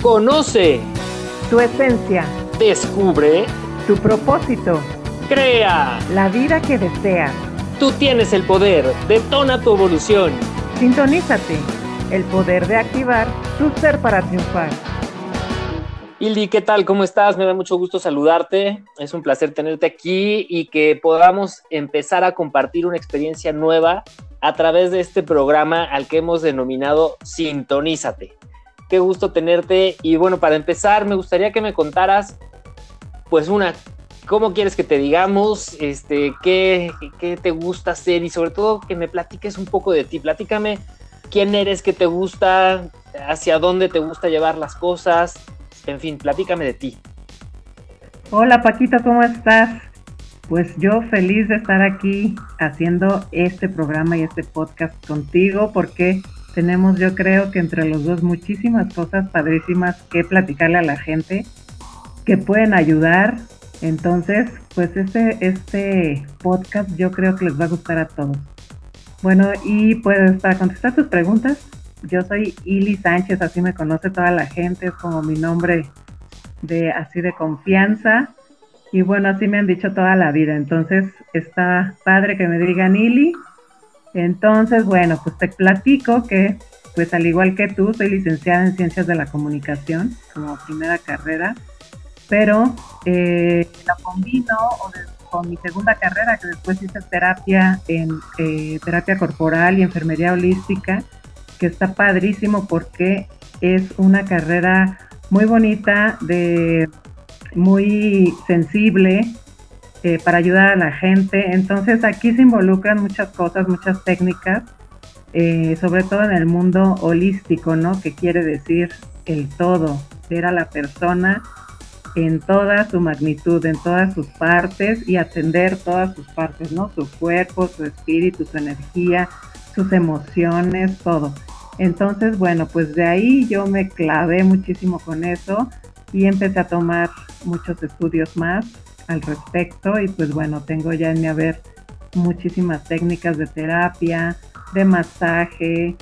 Conoce tu esencia, descubre tu propósito, crea la vida que deseas. Tú tienes el poder, detona tu evolución. Sintonízate, el poder de activar tu ser para triunfar. Ildi, ¿qué tal? ¿Cómo estás? Me da mucho gusto saludarte. Es un placer tenerte aquí y que podamos empezar a compartir una experiencia nueva a través de este programa al que hemos denominado Sintonízate. Qué gusto tenerte. Y bueno, para empezar, me gustaría que me contaras, pues ¿cómo quieres que te digamos? ¿Qué te gusta hacer? Y sobre todo que me platiques un poco de ti. Platícame quién eres, qué te gusta, hacia dónde te gusta llevar las cosas. En fin, platícame de ti. Hola Paquito, ¿cómo estás? Pues yo feliz de estar aquí haciendo este programa y este podcast contigo porque tenemos, yo creo que entre los dos, muchísimas cosas padrísimas que platicarle a la gente que pueden ayudar. Entonces, pues este podcast yo creo que les va a gustar a todos. Bueno, y pues para contestar tus preguntas, yo soy Ili Sánchez, así me conoce toda la gente, es como mi nombre así de confianza. Y bueno, así me han dicho toda la vida, entonces está padre que me digan Ili. Entonces, bueno, pues te platico que, pues al igual que tú, soy licenciada en Ciencias de la Comunicación como primera carrera, pero la combino con mi segunda carrera, que después hice terapia en terapia corporal y enfermería holística, que está padrísimo porque es una carrera muy bonita, muy sensible, para ayudar a la gente. Entonces aquí se involucran muchas cosas, muchas técnicas, sobre todo en el mundo holístico, ¿no? Que quiere decir el todo, ver a la persona en toda su magnitud, en todas sus partes y atender todas sus partes, ¿no? Su cuerpo, su espíritu, su energía, sus emociones, todo. Entonces, bueno, pues de ahí yo me clavé muchísimo con eso y empecé a tomar muchos estudios más al respecto y pues bueno, tengo ya en mi haber muchísimas técnicas de terapia, de masaje,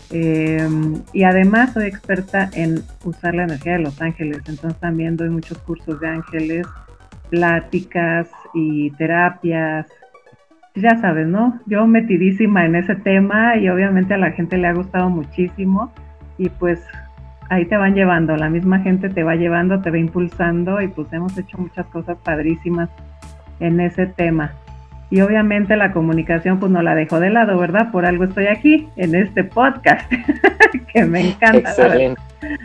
y además soy experta en usar la energía de los ángeles, entonces también doy muchos cursos de ángeles, pláticas y terapias, ya sabes, ¿no? Yo metidísima en ese tema y obviamente a la gente le ha gustado muchísimo y pues ahí te van llevando, la misma gente te va llevando, te va impulsando y pues hemos hecho muchas cosas padrísimas en ese tema. Y obviamente la comunicación pues no la dejo de lado, ¿verdad? Por algo estoy aquí en este podcast, que me encanta. Excelente.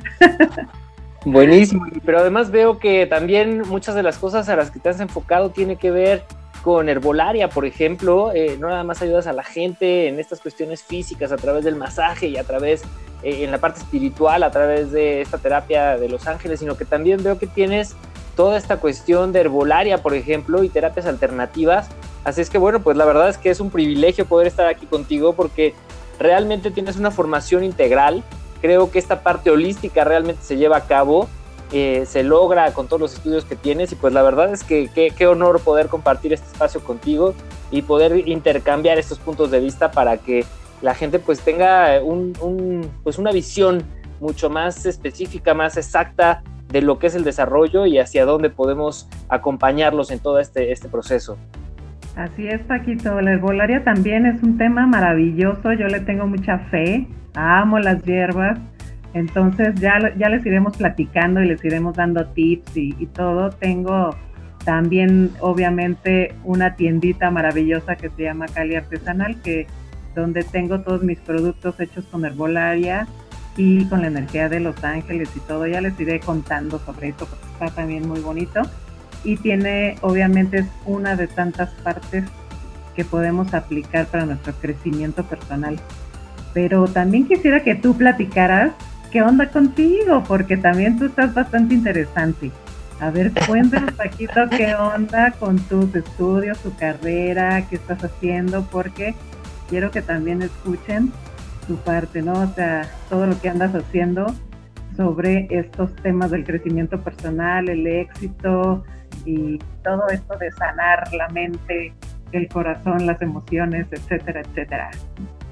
Buenísimo, pero además veo que también muchas de las cosas a las que te has enfocado tiene que ver con herbolaria, por ejemplo. No nada más ayudas a la gente en estas cuestiones físicas a través del masaje y a través, en la parte espiritual, a través de esta terapia de los ángeles, sino que también veo que tienes toda esta cuestión de herbolaria, por ejemplo, y terapias alternativas. Así es que bueno, pues la verdad es que es un privilegio poder estar aquí contigo porque realmente tienes una formación integral. Creo que esta parte holística realmente se lleva a cabo, se logra con todos los estudios que tienes y pues la verdad es que qué honor poder compartir este espacio contigo y poder intercambiar estos puntos de vista para que la gente pues tenga pues una visión mucho más específica, más exacta de lo que es el desarrollo y hacia dónde podemos acompañarlos en todo este proceso. Así es, Paquito, la herbolaria también es un tema maravilloso, yo le tengo mucha fe, amo las hierbas, entonces ya les iremos platicando y les iremos dando tips y todo. Tengo también obviamente una tiendita maravillosa que se llama Cali Artesanal, donde tengo todos mis productos hechos con herbolaria y con la energía de los ángeles y todo. Ya les iré contando sobre eso porque está también muy bonito. Y tiene, obviamente, es una de tantas partes que podemos aplicar para nuestro crecimiento personal. Pero también quisiera que tú platicaras qué onda contigo, porque también tú estás bastante interesante. A ver, cuéntanos, Paquito, qué onda con tus estudios, tu carrera, qué estás haciendo, porque quiero que también escuchen tu parte, ¿no? O sea, todo lo que andas haciendo sobre estos temas del crecimiento personal, el éxito y todo esto de sanar la mente, el corazón, las emociones, etcétera, etcétera.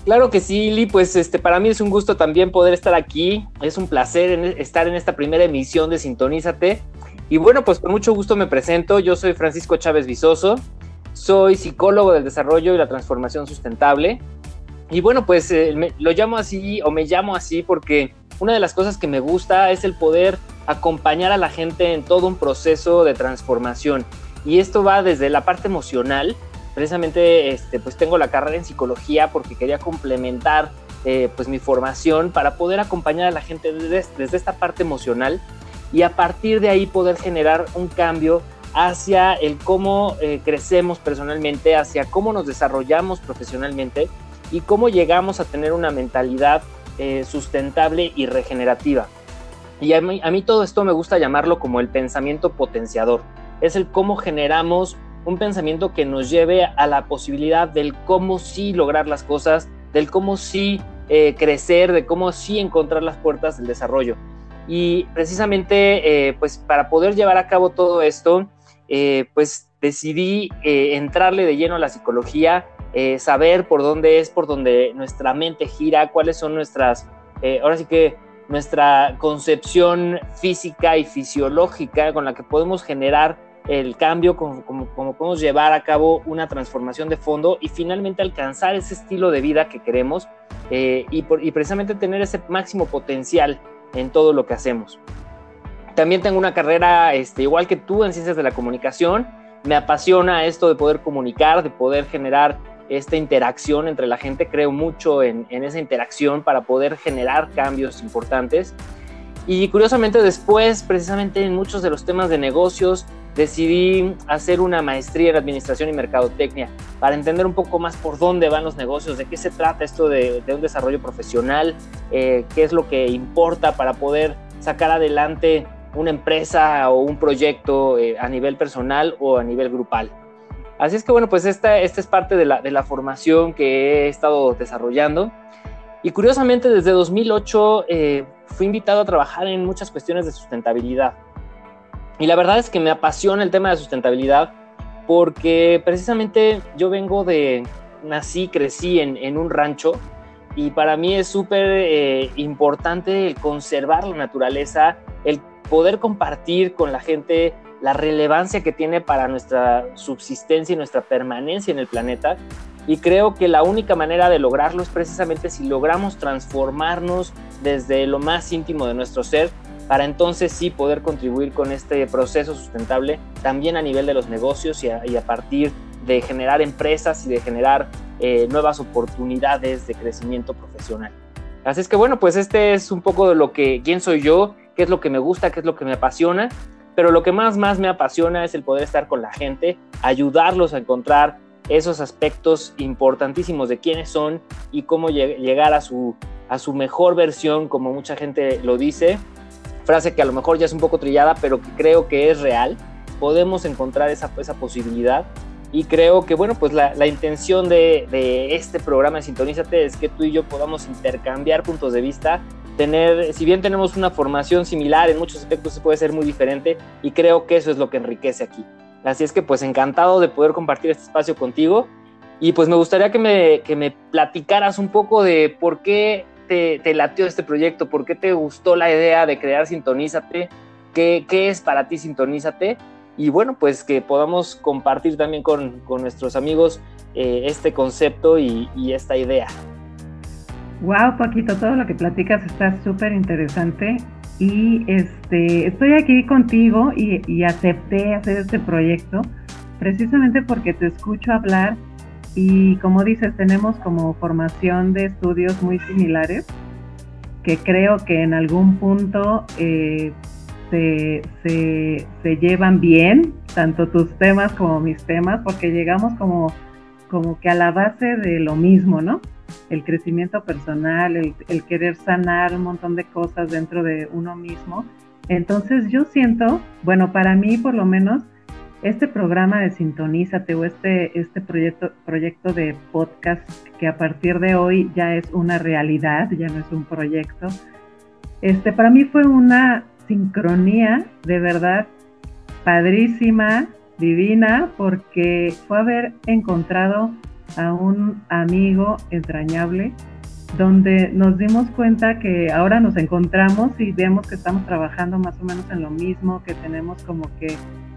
Claro que sí, Ili, pues para mí es un gusto también poder estar aquí, es un placer estar en esta primera emisión de Sintonízate, y bueno, pues con mucho gusto me presento. Yo soy Francisco Chávez Vizoso, soy psicólogo del desarrollo y la transformación sustentable, y bueno, pues lo llamo así, o me llamo así, porque una de las cosas que me gusta es el poder acompañar a la gente en todo un proceso de transformación, y esto va desde la parte emocional. Precisamente pues tengo la carrera en psicología porque quería complementar pues mi formación para poder acompañar a la gente desde esta parte emocional, y a partir de ahí poder generar un cambio hacia el cómo crecemos personalmente, hacia cómo nos desarrollamos profesionalmente y cómo llegamos a tener una mentalidad sustentable y regenerativa. Y a mí todo esto me gusta llamarlo como el pensamiento potenciador. Es el cómo generamos un pensamiento que nos lleve a la posibilidad del cómo sí lograr las cosas, del cómo sí crecer, de cómo sí encontrar las puertas del desarrollo. Y precisamente pues para poder llevar a cabo todo esto, pues decidí entrarle de lleno a la psicología, saber por donde nuestra mente gira, cuáles son nuestras, ahora sí que nuestra concepción física y fisiológica con la que podemos generar el cambio, como podemos llevar a cabo una transformación de fondo y finalmente alcanzar ese estilo de vida que queremos, y precisamente tener ese máximo potencial en todo lo que hacemos. También tengo una carrera igual que tú en ciencias de la comunicación. Me apasiona esto de poder comunicar, de poder generar esta interacción entre la gente. Creo mucho en esa interacción para poder generar cambios importantes. Y curiosamente después, precisamente en muchos de los temas de negocios, decidí hacer una maestría en administración y mercadotecnia para entender un poco más por dónde van los negocios, de qué se trata esto de un desarrollo profesional, qué es lo que importa para poder sacar adelante una empresa o un proyecto a nivel personal o a nivel grupal. Así es que bueno, pues esta es parte de la formación que he estado desarrollando. Y curiosamente desde 2008 fui invitado a trabajar en muchas cuestiones de sustentabilidad. Y la verdad es que me apasiona el tema de sustentabilidad porque precisamente yo nací, crecí en un rancho, y para mí es súper importante el conservar la naturaleza, el poder compartir con la gente la relevancia que tiene para nuestra subsistencia y nuestra permanencia en el planeta. Y creo que la única manera de lograrlo es precisamente si logramos transformarnos desde lo más íntimo de nuestro ser, para entonces sí poder contribuir con este proceso sustentable también a nivel de los negocios y a partir de generar empresas y de generar nuevas oportunidades de crecimiento profesional. Así es que bueno, pues este es un poco de quién soy yo, qué es lo que me gusta, qué es lo que me apasiona, pero lo que más me apasiona es el poder estar con la gente, ayudarlos a encontrar esos aspectos importantísimos de quiénes son y cómo llegar a su mejor versión, como mucha gente lo dice. Frase que a lo mejor ya es un poco trillada, pero que creo que es real. Podemos encontrar esa posibilidad, y creo que bueno, pues la intención de este programa de Sintonízate es que tú y yo podamos intercambiar puntos de vista, si bien tenemos una formación similar, en muchos aspectos puede ser muy diferente, y creo que eso es lo que enriquece aquí. Así es que pues encantado de poder compartir este espacio contigo, y pues me gustaría que me platicaras un poco de por qué te latió este proyecto, por qué te gustó la idea de crear Sintonízate, qué es para ti Sintonízate, y bueno, pues que podamos compartir también con nuestros amigos este concepto y esta idea. Wow, Paquito, todo lo que platicas está súper interesante, y estoy aquí contigo y acepté hacer este proyecto precisamente porque te escucho hablar. Y como dices, tenemos como formación de estudios muy similares, que creo que en algún punto se llevan bien, tanto tus temas como mis temas, porque llegamos como que a la base de lo mismo, ¿no? El crecimiento personal, el querer sanar un montón de cosas dentro de uno mismo. Entonces yo siento, bueno, para mí por lo menos, este programa de Sintonízate o este proyecto de podcast, que a partir de hoy ya es una realidad, ya no es un proyecto, para mí fue una sincronía de verdad padrísima, divina, porque fue haber encontrado a un amigo entrañable, donde nos dimos cuenta que ahora nos encontramos y vemos que estamos trabajando más o menos en lo mismo, que tenemos como que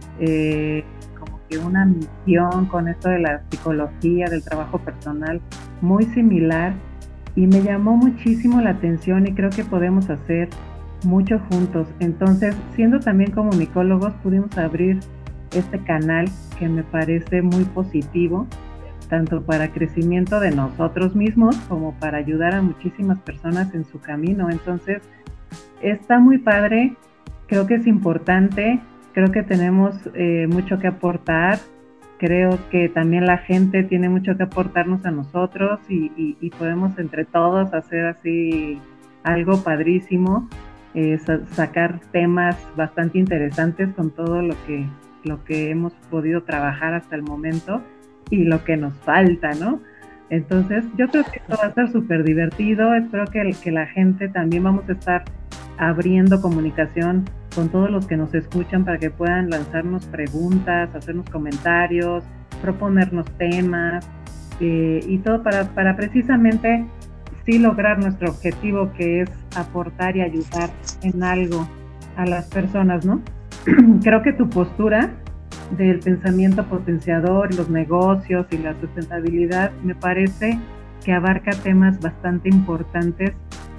una misión con esto de la psicología, del trabajo personal, muy similar, y me llamó muchísimo la atención y creo que podemos hacer mucho juntos. Entonces, siendo también comunicólogos, pudimos abrir este canal que me parece muy positivo, tanto para crecimiento de nosotros mismos como para ayudar a muchísimas personas en su camino. Entonces, está muy padre, creo que es importante, creo que tenemos mucho que aportar, creo que también la gente tiene mucho que aportarnos a nosotros y podemos entre todos hacer así algo padrísimo, sacar temas bastante interesantes con todo lo que hemos podido trabajar hasta el momento y lo que nos falta, ¿no? Entonces yo creo que esto va a ser súper divertido, espero que la gente también vamos a estar abriendo comunicación con todos los que nos escuchan para que puedan lanzarnos preguntas, hacernos comentarios, proponernos temas y todo para precisamente sí lograr nuestro objetivo, que es aportar y ayudar en algo a las personas, ¿no? Creo que tu postura del pensamiento potenciador, los negocios y la sustentabilidad me parece que abarca temas bastante importantes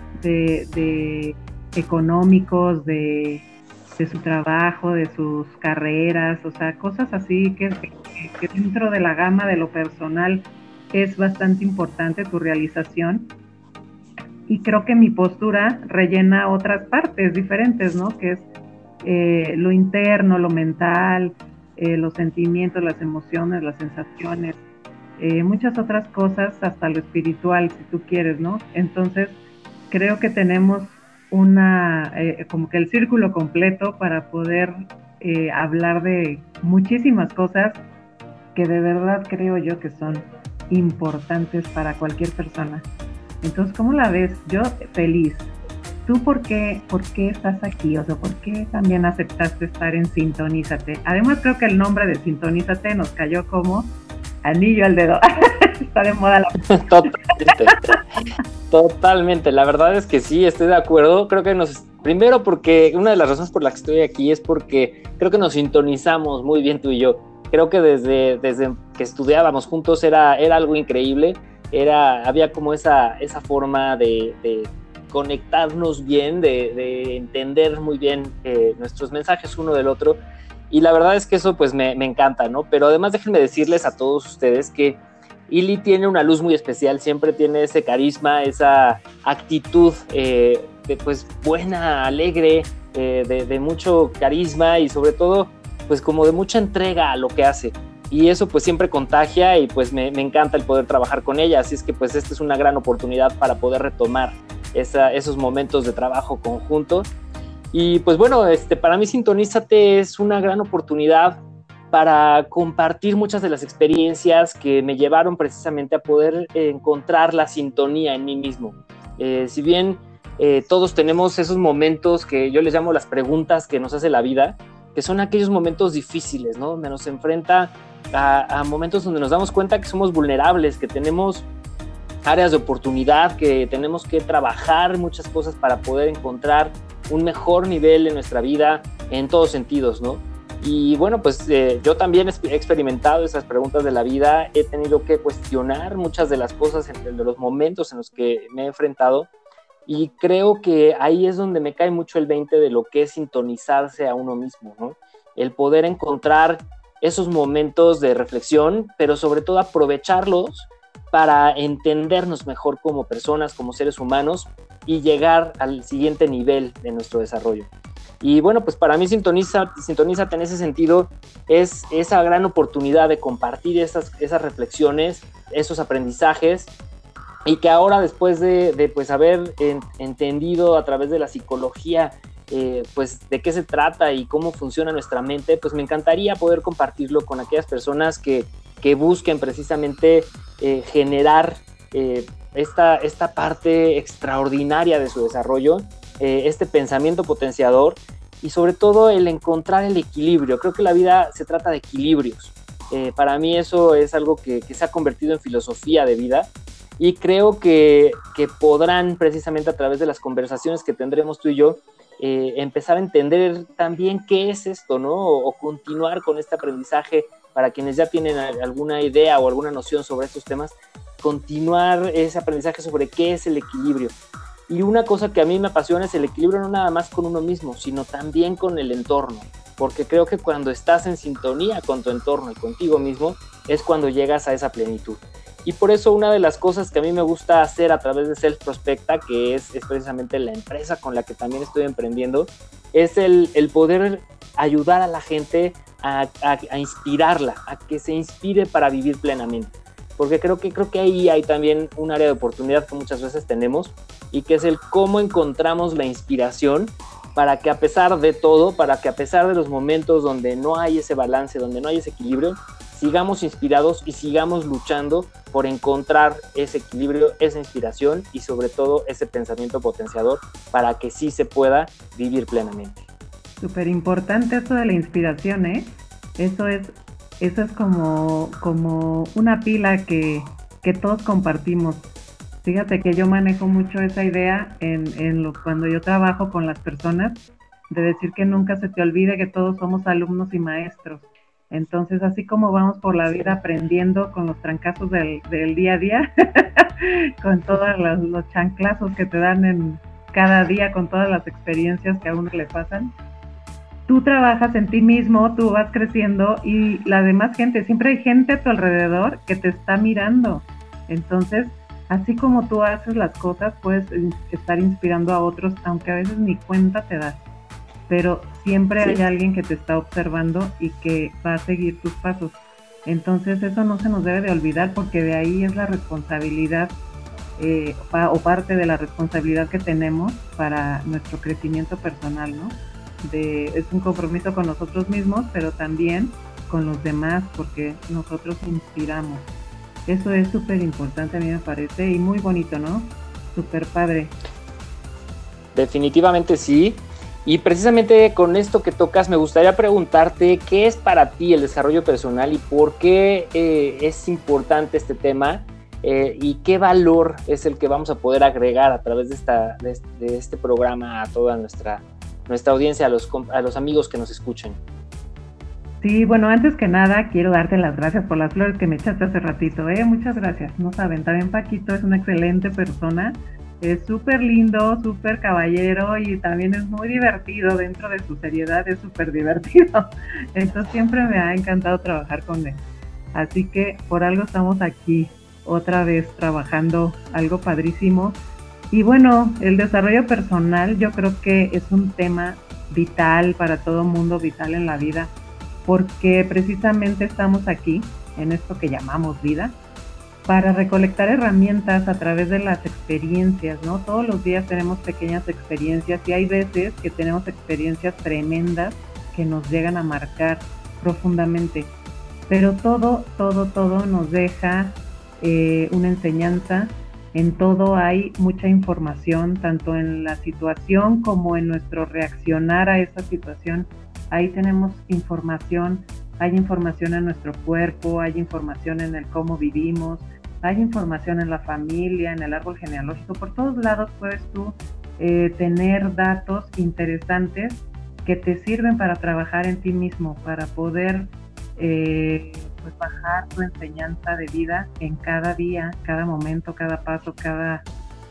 de económicos, de su trabajo, de sus carreras, o sea, cosas así que dentro de la gama de lo personal es bastante importante tu realización. Y creo que mi postura rellena otras partes diferentes, ¿no? Que es lo interno, lo mental, los sentimientos, las emociones, las sensaciones, muchas otras cosas, hasta lo espiritual, si tú quieres, ¿no? Entonces, creo que tenemos como que el círculo completo para poder hablar de muchísimas cosas que de verdad creo yo que son importantes para cualquier persona. Entonces, ¿cómo la ves? Yo feliz. ¿Tú por qué estás aquí? O sea, ¿por qué también aceptaste estar en Sintonízate? Además, creo que el nombre de Sintonízate nos cayó como anillo al dedo. Está de moda la... Totalmente. La verdad es que sí, estoy de acuerdo. Creo que primero porque una de las razones por las que estoy aquí es porque creo que nos sintonizamos muy bien tú y yo. Creo que desde que estudiábamos juntos era algo increíble. Había como esa forma de conectarnos bien, de entender muy bien nuestros mensajes uno del otro, y la verdad es que eso pues me encanta, ¿no? Pero además déjenme decirles a todos ustedes que Ili tiene una luz muy especial, siempre tiene ese carisma, esa actitud pues buena, alegre, de mucho carisma y sobre todo pues como de mucha entrega a lo que hace. Y eso pues siempre contagia y pues me encanta el poder trabajar con ella, así es que pues esta es una gran oportunidad para poder retomar esos momentos de trabajo conjunto. Y pues bueno, para mí Sintonízate es una gran oportunidad para compartir muchas de las experiencias que me llevaron precisamente a poder encontrar la sintonía en mí mismo. Si bien todos tenemos esos momentos que yo les llamo las preguntas que nos hace la vida, que son aquellos momentos difíciles, ¿no? Donde nos enfrenta a momentos donde nos damos cuenta que somos vulnerables, que tenemos áreas de oportunidad, que tenemos que trabajar muchas cosas para poder encontrar un mejor nivel en nuestra vida en todos sentidos, ¿no? Y bueno, pues yo también he experimentado esas preguntas de la vida, he tenido que cuestionar muchas de las cosas, de los momentos en los que me he enfrentado, y creo que ahí es donde me cae mucho el 20 de lo que es sintonizarse a uno mismo, ¿no? El poder encontrar esos momentos de reflexión, pero sobre todo aprovecharlos para entendernos mejor como personas, como seres humanos, y llegar al siguiente nivel de nuestro desarrollo. Y bueno, pues para mí Sintonízate en ese sentido es esa gran oportunidad de compartir esas reflexiones, esos aprendizajes, y que ahora después de pues haber entendido a través de la psicología pues de qué se trata y cómo funciona nuestra mente, pues me encantaría poder compartirlo con aquellas personas que busquen precisamente generar esta parte extraordinaria de su desarrollo, este pensamiento potenciador y sobre todo el encontrar el equilibrio. Creo que la vida se trata de equilibrios Para mí eso es algo que se ha convertido en filosofía de vida, y creo que podrán precisamente a través de las conversaciones que tendremos tú y yo, empezar a entender también qué es esto, ¿no? O continuar con este aprendizaje para quienes ya tienen alguna idea o alguna noción sobre estos temas, continuar ese aprendizaje sobre qué es el equilibrio. Y una cosa que a mí me apasiona es el equilibrio, no nada más con uno mismo, sino también con el entorno, porque creo que cuando estás en sintonía con tu entorno y contigo mismo es cuando llegas a esa plenitud. Y por eso una de las cosas que a mí me gusta hacer a través de Self Prospecta, que es precisamente la empresa con la que también estoy emprendiendo, es el poder ayudar a la gente a inspirarla, a que se inspire para vivir plenamente. Porque creo que ahí hay también un área de oportunidad que muchas veces tenemos, y que es el cómo encontramos la inspiración para que a pesar de todo, para que a pesar de los momentos donde no hay ese balance, donde no hay ese equilibrio, sigamos inspirados y sigamos luchando por encontrar ese equilibrio, esa inspiración y sobre todo ese pensamiento potenciador para que sí se pueda vivir plenamente. Súper importante esto de la inspiración, ¿eh? Eso es como una pila que todos compartimos. Fíjate que yo manejo mucho esa idea cuando yo trabajo con las personas, de decir que nunca se te olvide que todos somos alumnos y maestros. Entonces, así como vamos por la vida aprendiendo con los trancazos del día a día, con todos los chanclazos que te dan en cada día, con todas las experiencias que a uno le pasan, tú trabajas en ti mismo, tú vas creciendo y la demás gente, siempre hay gente a tu alrededor que te está mirando. Entonces, así como tú haces las cosas, puedes estar inspirando a otros, aunque a veces ni cuenta te das. Pero siempre hay alguien que te está observando y que va a seguir tus pasos. Entonces eso no se nos debe de olvidar, porque de ahí es la responsabilidad o parte de la responsabilidad que tenemos para nuestro crecimiento personal, ¿no? Es un compromiso con nosotros mismos, pero también con los demás, porque nosotros inspiramos. Eso es súper importante, a mí me parece, y muy bonito, ¿no? Súper padre. Definitivamente sí. Y precisamente con esto que tocas, me gustaría preguntarte qué es para ti el desarrollo personal y por qué es importante este tema, y qué valor es el que vamos a poder agregar a través de este programa a toda nuestra audiencia, a los amigos que nos escuchen. Sí, bueno, antes que nada quiero darte las gracias por las flores que me echaste hace ratito, muchas gracias. No saben, también Paquito es una excelente persona. Es súper lindo, súper caballero y también es muy divertido. Dentro de su seriedad es súper divertido. Entonces siempre me ha encantado trabajar con él. Así que por algo estamos aquí otra vez trabajando algo padrísimo. Y bueno, el desarrollo personal yo creo que es un tema vital para todo mundo, vital en la vida, porque precisamente estamos aquí en esto que llamamos vida, para recolectar herramientas a través de las experiencias, ¿no? Todos los días tenemos pequeñas experiencias y hay veces que tenemos experiencias tremendas que nos llegan a marcar profundamente. Pero todo nos deja una enseñanza. En todo hay mucha información, tanto en la situación como en nuestro reaccionar a esa situación. Ahí tenemos información. Hay información en nuestro cuerpo, hay información en el cómo vivimos, hay información en la familia, en el árbol genealógico. Por todos lados puedes tú tener datos interesantes que te sirven para trabajar en ti mismo, para poder pues bajar tu enseñanza de vida en cada día, cada momento, cada paso, cada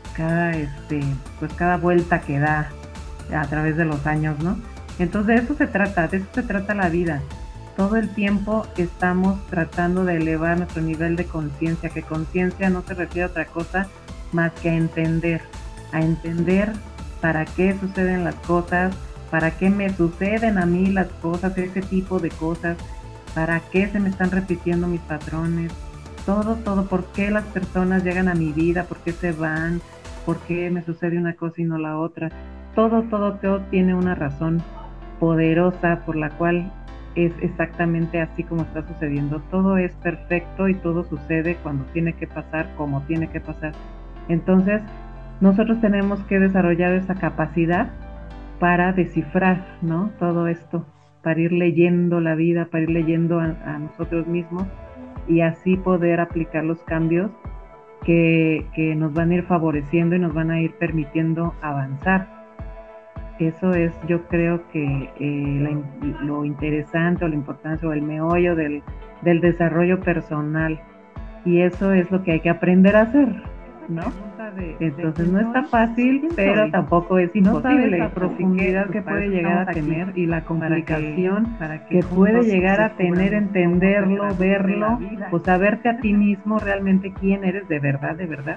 vuelta que da a través de los años, ¿no? Entonces de eso se trata la vida. Todo el tiempo estamos tratando de elevar nuestro nivel de conciencia, que conciencia no se refiere a otra cosa más que a entender para qué suceden las cosas, para qué me suceden a mí las cosas, ese tipo de cosas, para qué se me están repitiendo mis patrones, todo, por qué las personas llegan a mi vida, por qué se van, por qué me sucede una cosa y no la otra. Todo tiene una razón poderosa por la cual es exactamente así como está sucediendo. Todo es perfecto y todo sucede cuando tiene que pasar, como tiene que pasar. Entonces, nosotros tenemos que desarrollar esa capacidad para descifrar, ¿no? Todo esto para ir leyendo la vida, para ir leyendo a nosotros mismos y así poder aplicar los cambios que nos van a ir favoreciendo y nos van a ir permitiendo avanzar. Eso es, yo creo que lo interesante o la importancia o el meollo del desarrollo personal, y eso es lo que hay que aprender a hacer, ¿no? Entonces no está fácil, pero tampoco es imposible. La profundidad que puede llegar a tener y la complicación que puede llegar a tener, entenderlo, verlo, o saberte a ti mismo realmente quién eres de verdad,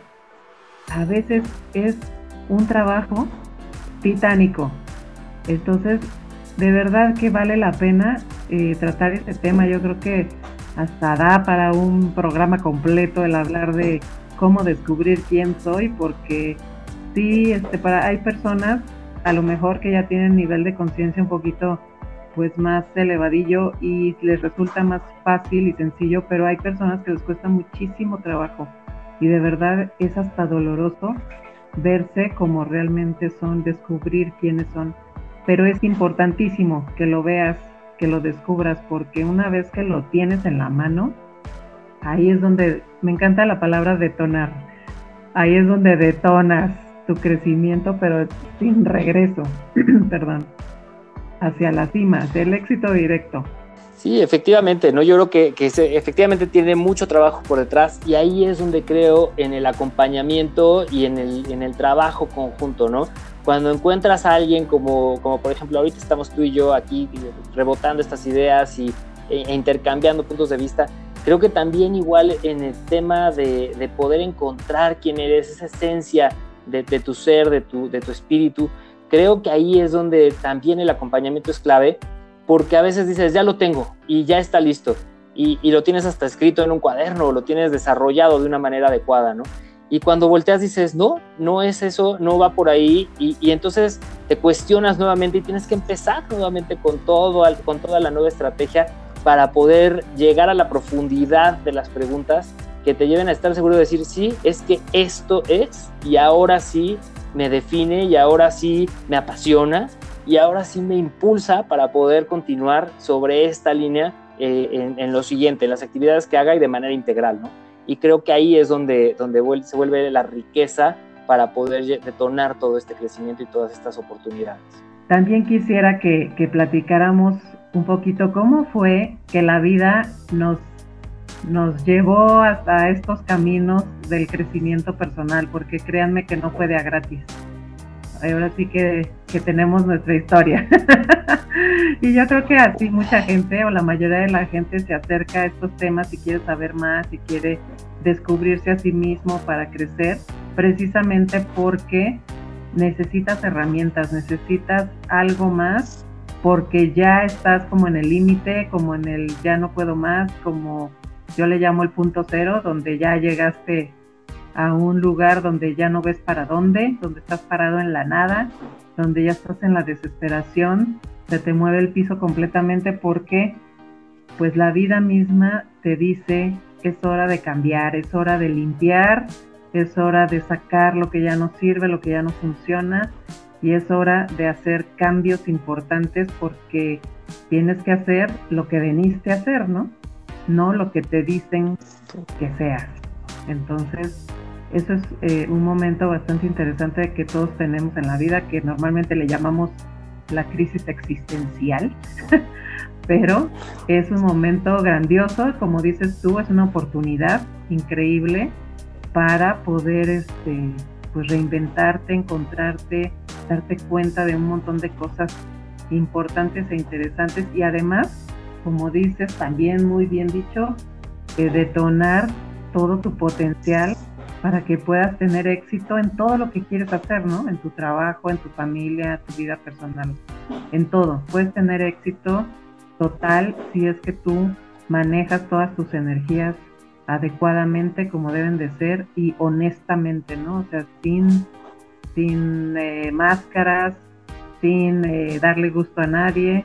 a veces es un trabajo titánico. Entonces, de verdad que vale la pena tratar este tema. Yo creo que hasta da para un programa completo el hablar de cómo descubrir quién soy, porque sí, hay personas a lo mejor que ya tienen nivel de conciencia un poquito pues más elevadillo y les resulta más fácil y sencillo, pero hay personas que les cuesta muchísimo trabajo y de verdad es hasta doloroso verse como realmente son, descubrir quiénes son, pero es importantísimo que lo veas, que lo descubras, porque una vez que lo tienes en la mano, ahí es donde, me encanta la palabra detonar, ahí es donde detonas tu crecimiento, pero sin regreso, perdón, hacia la cima, hacia el éxito directo. Sí, efectivamente, ¿no? Yo creo que efectivamente tiene mucho trabajo por detrás y ahí es donde creo en el acompañamiento y en el trabajo conjunto, ¿no? Cuando encuentras a alguien como por ejemplo ahorita estamos tú y yo aquí rebotando estas ideas e intercambiando puntos de vista, creo que también igual en el tema de poder encontrar quién eres, esa esencia de tu ser, de tu espíritu, creo que ahí es donde también el acompañamiento es clave, porque a veces dices, ya lo tengo y ya está listo y lo tienes hasta escrito en un cuaderno o lo tienes desarrollado de una manera adecuada, ¿no? Y cuando volteas dices, no es eso, no va por ahí y entonces te cuestionas nuevamente y tienes que empezar nuevamente con toda la nueva estrategia para poder llegar a la profundidad de las preguntas que te lleven a estar seguro de decir, sí, es que esto es y ahora sí me define y ahora sí me apasiona y ahora sí me impulsa para poder continuar sobre esta línea en lo siguiente, en las actividades que haga y de manera integral, ¿no? Y creo que ahí es donde se vuelve la riqueza para poder detonar todo este crecimiento y todas estas oportunidades. También quisiera que platicáramos un poquito cómo fue que la vida nos llevó hasta estos caminos del crecimiento personal, porque créanme que no fue de a gratis. Ahora sí que tenemos nuestra historia. Y yo creo que así mucha gente o la mayoría de la gente se acerca a estos temas y quiere saber más y quiere descubrirse a sí mismo para crecer, precisamente porque necesitas herramientas, necesitas algo más, porque ya estás como en el límite, como en el ya no puedo más, como yo le llamo el punto cero, donde ya llegaste a un lugar donde ya no ves para dónde, donde estás parado en la nada, donde ya estás en la desesperación, se te mueve el piso completamente porque pues la vida misma te dice es hora de cambiar, es hora de limpiar, es hora de sacar lo que ya no sirve, lo que ya no funciona y es hora de hacer cambios importantes porque tienes que hacer lo que veniste a hacer, ¿no? No lo que te dicen que seas. Entonces, eso es un momento bastante interesante que todos tenemos en la vida, que normalmente le llamamos la crisis existencial, pero es un momento grandioso, como dices tú, es una oportunidad increíble para poder pues reinventarte, encontrarte, darte cuenta de un montón de cosas importantes e interesantes y además, como dices, también muy bien dicho, detonar todo tu potencial para que puedas tener éxito en todo lo que quieres hacer, ¿no? En tu trabajo, en tu familia, tu vida personal, en todo. Puedes tener éxito total si es que tú manejas todas tus energías adecuadamente como deben de ser y honestamente, ¿no? O sea, sin máscaras, sin darle gusto a nadie.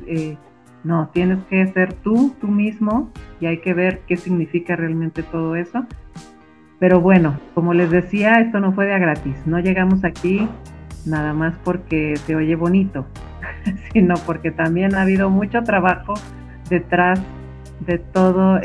No, tienes que ser tú mismo y hay que ver qué significa realmente todo eso. Pero bueno, como les decía, esto no fue de a gratis. No llegamos aquí nada más porque se oye bonito. sino porque también ha habido mucho trabajo detrás de todo,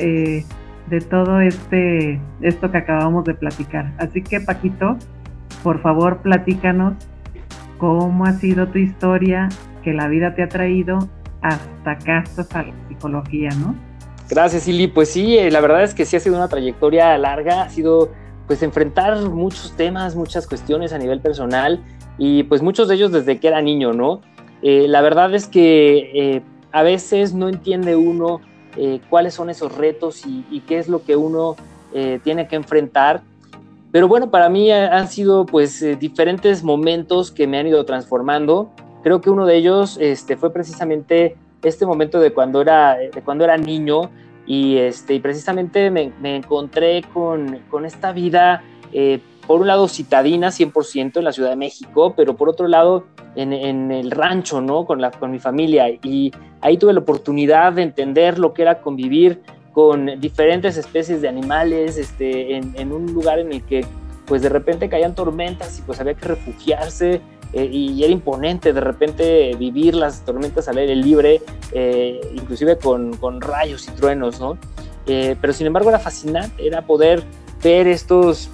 esto que acabamos de platicar. Así que, Paquito, por favor, platícanos cómo ha sido tu historia, que la vida te ha traído hasta acá, hasta la psicología, ¿no? Gracias, Ili. Pues sí, la verdad es que sí ha sido una trayectoria larga, ha sido pues enfrentar muchos temas, muchas cuestiones a nivel personal y pues muchos de ellos desde que era niño, ¿no? La verdad es que a veces no entiende uno cuáles son esos retos y qué es lo que uno tiene que enfrentar. Pero bueno, para mí han sido pues diferentes momentos que me han ido transformando. Creo que uno de ellos fue precisamente este momento de cuando era niño y precisamente me encontré con esta vida, por un lado citadina 100% en la Ciudad de México, pero por otro lado en el rancho, ¿no? Con mi familia. Y ahí tuve la oportunidad de entender lo que era convivir con diferentes especies de animales, en un lugar en el que pues de repente caían tormentas y pues había que refugiarse, y era imponente de repente vivir las tormentas al aire libre, inclusive con rayos y truenos, ¿no? Pero sin embargo era fascinante, era poder ver estos,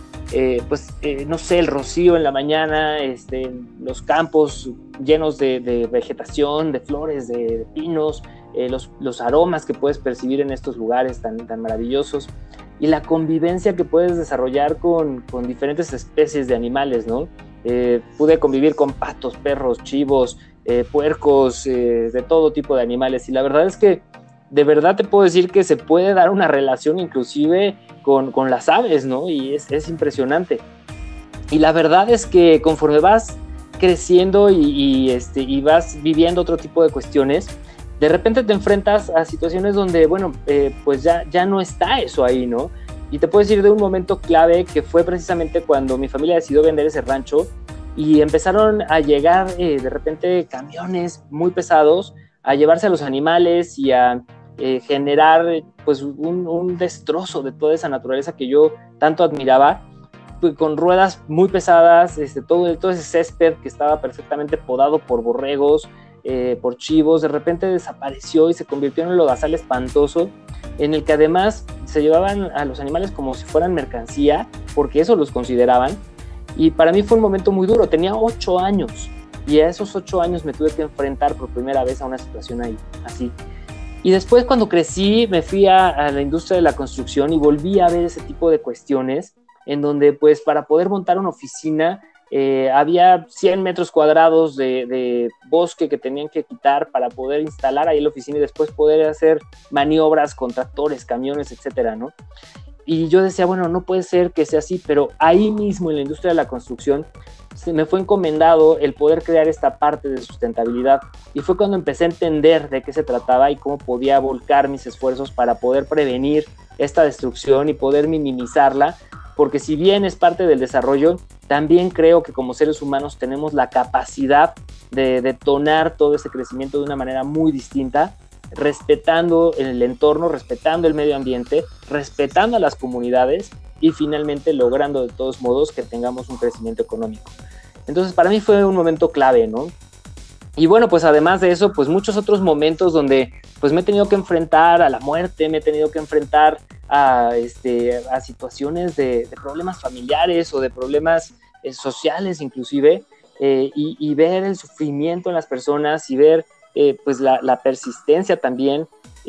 no sé, el rocío en la mañana, los campos llenos de vegetación, de flores, de pinos, los aromas que puedes percibir en estos lugares tan maravillosos y la convivencia que puedes desarrollar con diferentes especies de animales, ¿no? Pude convivir con patos, perros, chivos, puercos, de todo tipo de animales, y la verdad es que de verdad te puedo decir que se puede dar una relación inclusive con las aves, ¿no? Y es impresionante. Y la verdad es que conforme vas creciendo y vas viviendo otro tipo de cuestiones, de repente te enfrentas a situaciones donde, bueno, pues ya no está eso ahí, ¿no? Y te puedo decir de un momento clave que fue precisamente cuando mi familia decidió vender ese rancho y empezaron a llegar de repente camiones muy pesados a llevarse a los animales y a generar pues un destrozo de toda esa naturaleza que yo tanto admiraba, pues, con ruedas muy pesadas, todo ese césped que estaba perfectamente podado por borregos, por chivos, de repente desapareció y se convirtió en un lodazal espantoso, en el que además se llevaban a los animales como si fueran mercancía, porque eso los consideraban. Y para mí fue un momento muy duro. Tenía 8 años y a esos 8 años me tuve que enfrentar por primera vez a una situación ahí, así. Y después, cuando crecí, me fui a la industria de la construcción y volví a ver ese tipo de cuestiones en donde pues para poder montar una oficina había 100 metros cuadrados de bosque que tenían que quitar para poder instalar ahí la oficina y después poder hacer maniobras con tractores, camiones, etcétera, ¿no? Y yo decía, bueno, no puede ser que sea así, pero ahí mismo en la industria de la construcción se me fue encomendado el poder crear esta parte de sustentabilidad, y fue cuando empecé a entender de qué se trataba y cómo podía volcar mis esfuerzos para poder prevenir esta destrucción y poder minimizarla, porque si bien es parte del desarrollo, también creo que como seres humanos tenemos la capacidad de detonar todo ese crecimiento de una manera muy distinta, respetando el entorno, respetando el medio ambiente, respetando a las comunidades y finalmente logrando de todos modos que tengamos un crecimiento económico. Entonces para mí fue un momento clave, ¿no? Y bueno, pues además de eso, pues muchos otros momentos donde pues me he tenido que enfrentar a la muerte, me he tenido que enfrentar a situaciones de problemas familiares o de problemas sociales inclusive, y ver el sufrimiento en las personas y ver pues la persistencia también,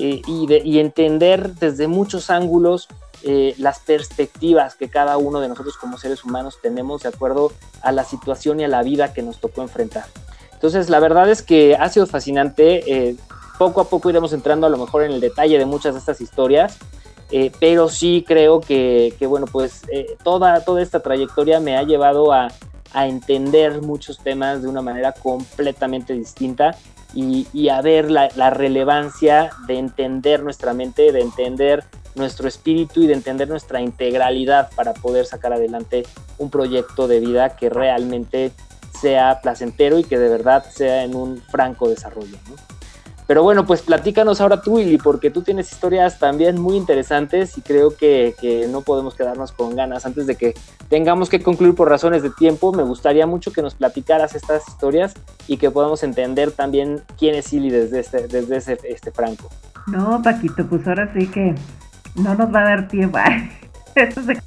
y entender desde muchos ángulos las perspectivas que cada uno de nosotros como seres humanos tenemos de acuerdo a la situación y a la vida que nos tocó enfrentar. Entonces la verdad es que ha sido fascinante. Poco a poco iremos entrando a lo mejor en el detalle de muchas de estas historias, pero sí creo que bueno, pues toda esta trayectoria me ha llevado a entender muchos temas de una manera completamente distinta y a ver la relevancia de entender nuestra mente, de entender nuestro espíritu y de entender nuestra integralidad para poder sacar adelante un proyecto de vida que realmente sea placentero y que de verdad sea en un franco desarrollo, ¿no? Pero bueno, pues platícanos ahora tú, Ili, porque tú tienes historias también muy interesantes y creo que no podemos quedarnos con ganas. Antes de que tengamos que concluir por razones de tiempo, me gustaría mucho que nos platicaras estas historias y que podamos entender también quién es Ili desde ese Franco. No, Paquito, pues ahora sí que no nos va a dar tiempo. Eso se...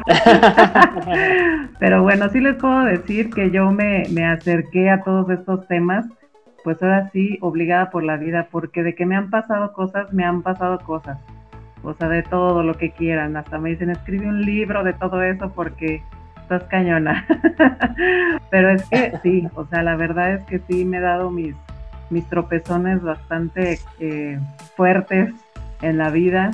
Pero bueno, sí les puedo decir que yo me acerqué a todos estos temas, pues ahora sí, obligada por la vida, porque de que me han pasado cosas, me han pasado cosas. O sea, de todo lo que quieran. Hasta me dicen, escribe un libro de todo eso porque estás cañona. Pero es que sí, o sea, la verdad es que sí me he dado mis tropezones bastante fuertes en la vida.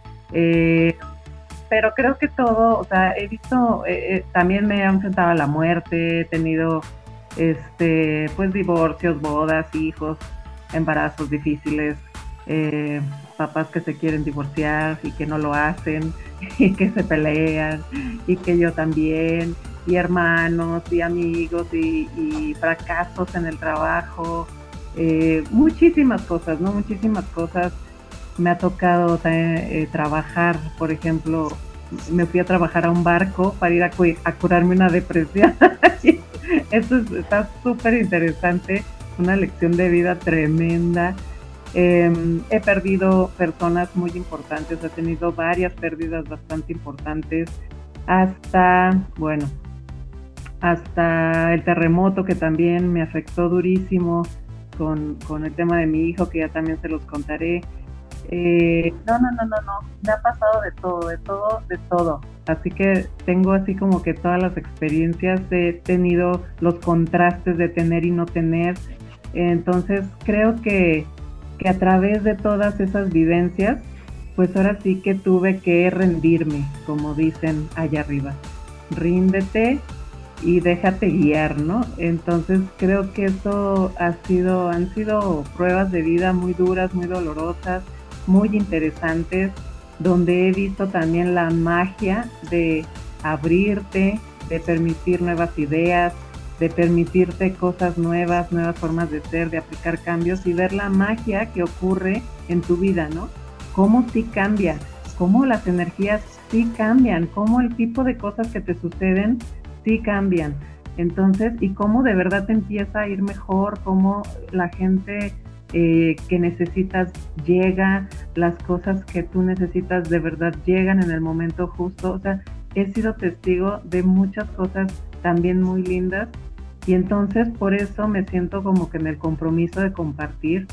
Pero creo que todo, o sea, he visto, también me he enfrentado a la muerte, he tenido pues divorcios, bodas, hijos, embarazos difíciles, papás que se quieren divorciar y que no lo hacen, y que se pelean, y que yo también, y hermanos, y amigos, y fracasos en el trabajo, muchísimas cosas, ¿no? Muchísimas cosas. Me ha tocado trabajar, por ejemplo, me fui a trabajar a un barco para ir a curarme una depresión. Eso está súper interesante, una lección de vida tremenda. He perdido personas muy importantes, he tenido varias pérdidas bastante importantes, hasta el terremoto que también me afectó durísimo con el tema de mi hijo, que ya también se los contaré. No, me ha pasado de todo, así que tengo así como que todas las experiencias, he tenido los contrastes de tener y no tener, entonces creo que a través de todas esas vivencias, pues ahora sí que tuve que rendirme, como dicen allá arriba, ríndete y déjate guiar, ¿no? Entonces creo que eso han sido pruebas de vida muy duras, muy dolorosas, muy interesantes, donde he visto también la magia de abrirte, de permitir nuevas ideas, de permitirte cosas nuevas formas de ser, de aplicar cambios y ver la magia que ocurre en tu vida, ¿no? Cómo sí cambia, cómo las energías sí cambian, cómo el tipo de cosas que te suceden sí cambian. Entonces, y cómo de verdad te empieza a ir mejor, cómo la gente que necesitas llega, las cosas que tú necesitas de verdad llegan en el momento justo. O sea, he sido testigo de muchas cosas también muy lindas y entonces por eso me siento como que en el compromiso de compartir,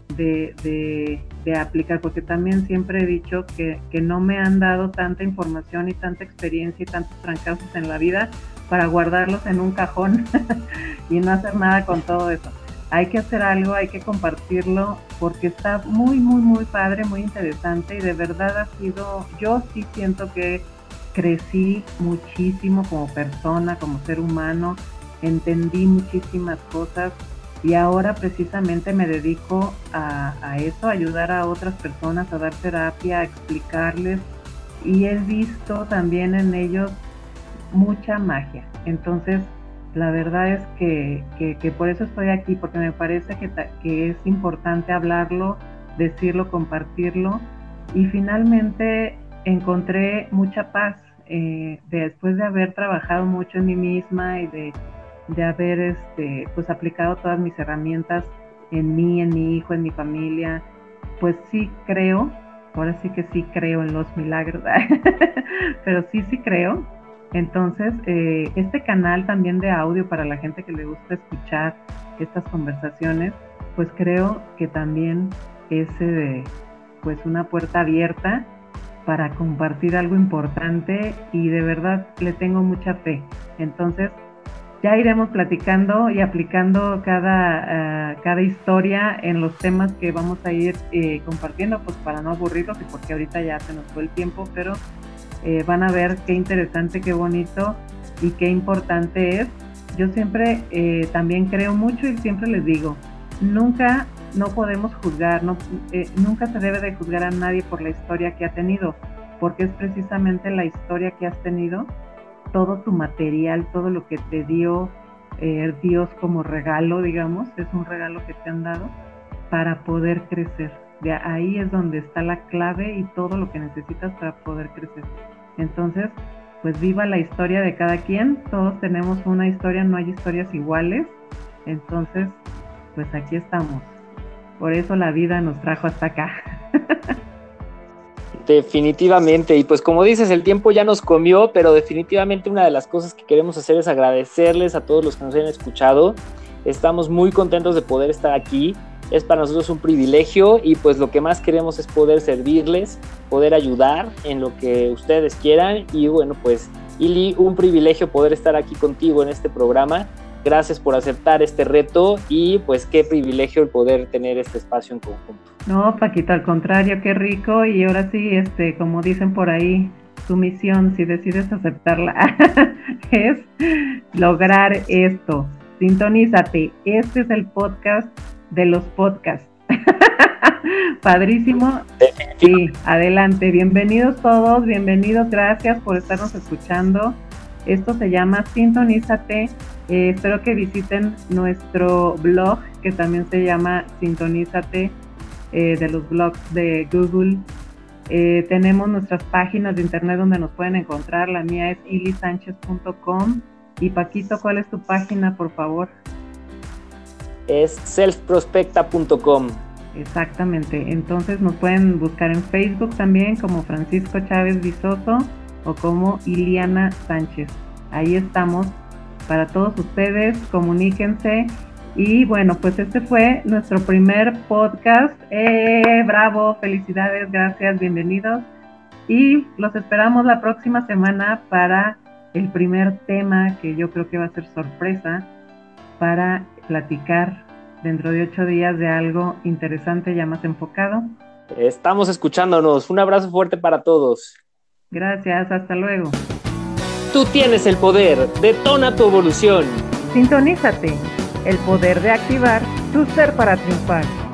de aplicar, porque también siempre he dicho que no me han dado tanta información y tanta experiencia y tantos trancazos en la vida para guardarlos en un cajón y no hacer nada con todo eso. Hay que hacer algo, hay que compartirlo, porque está muy, muy, muy padre, muy interesante y de verdad ha sido, yo sí siento que crecí muchísimo como persona, como ser humano, entendí muchísimas cosas y ahora precisamente me dedico a eso, a ayudar a otras personas, a dar terapia, a explicarles y he visto también en ellos mucha magia. Entonces, la verdad es que por eso estoy aquí, porque me parece que es importante hablarlo, decirlo, compartirlo. Y finalmente encontré mucha paz después de haber trabajado mucho en mí misma y de haber pues aplicado todas mis herramientas en mí, en mi hijo, en mi familia. Pues sí creo, ahora sí que sí creo en los milagros, pero sí creo. Entonces, este canal también de audio para la gente que le gusta escuchar estas conversaciones, pues creo que también es pues una puerta abierta para compartir algo importante y de verdad le tengo mucha fe. Entonces, ya iremos platicando y aplicando cada historia en los temas que vamos a ir compartiendo, pues para no aburrirlos y porque ahorita ya se nos fue el tiempo, pero van a ver qué interesante, qué bonito y qué importante es. Yo siempre también creo mucho y siempre les digo, nunca no podemos juzgar, nunca se debe de juzgar a nadie por la historia que ha tenido, porque es precisamente la historia que has tenido, todo tu material, todo lo que te dio Dios como regalo, digamos, es un regalo que te han dado. para poder crecer. De ahí es donde está la clave y todo lo que necesitas para poder crecer. Entonces, pues viva la historia de cada quien. Todos tenemos una historia, no hay historias iguales. Entonces, pues aquí estamos. Por eso la vida nos trajo hasta acá. Definitivamente, y pues como dices, el tiempo ya nos comió, pero definitivamente una de las cosas que queremos hacer es agradecerles a todos los que nos hayan escuchado. Estamos muy contentos de poder estar aquí, es para nosotros un privilegio y pues lo que más queremos es poder servirles, poder ayudar en lo que ustedes quieran y bueno, pues Ili, un privilegio poder estar aquí contigo en este programa. Gracias por aceptar este reto y pues qué privilegio el poder tener este espacio en conjunto. No, Paquito, al contrario, qué rico. Y ahora sí, como dicen por ahí, tu misión, si decides aceptarla, es lograr esto. Sintonízate. Este es el podcast de los podcasts. Padrísimo. Sí, adelante. Bienvenidos todos, bienvenidos. Gracias por estarnos escuchando. Esto se llama Sintonízate. Espero que visiten nuestro blog, que también se llama Sintonízate, de los blogs de Google. Tenemos nuestras páginas de internet donde nos pueden encontrar. La mía es ilisanchez.com. Y Paquito, ¿cuál es tu página, por favor? Es selfprospecta.com. Exactamente. Entonces nos pueden buscar en Facebook también como Francisco Chávez Visoso o como Iliana Sánchez. Ahí estamos para todos ustedes, comuníquense. Y bueno, pues este fue nuestro primer podcast. ¡Bravo! Felicidades, gracias, bienvenidos. Y los esperamos la próxima semana para el primer tema, que yo creo que va a ser sorpresa, para platicar dentro de 8 días de algo interesante ya más enfocado. Estamos escuchándonos. Un abrazo fuerte para todos. Gracias, hasta luego. Tú tienes el poder, detona tu evolución. Sintonízate, el poder de activar tu ser para triunfar.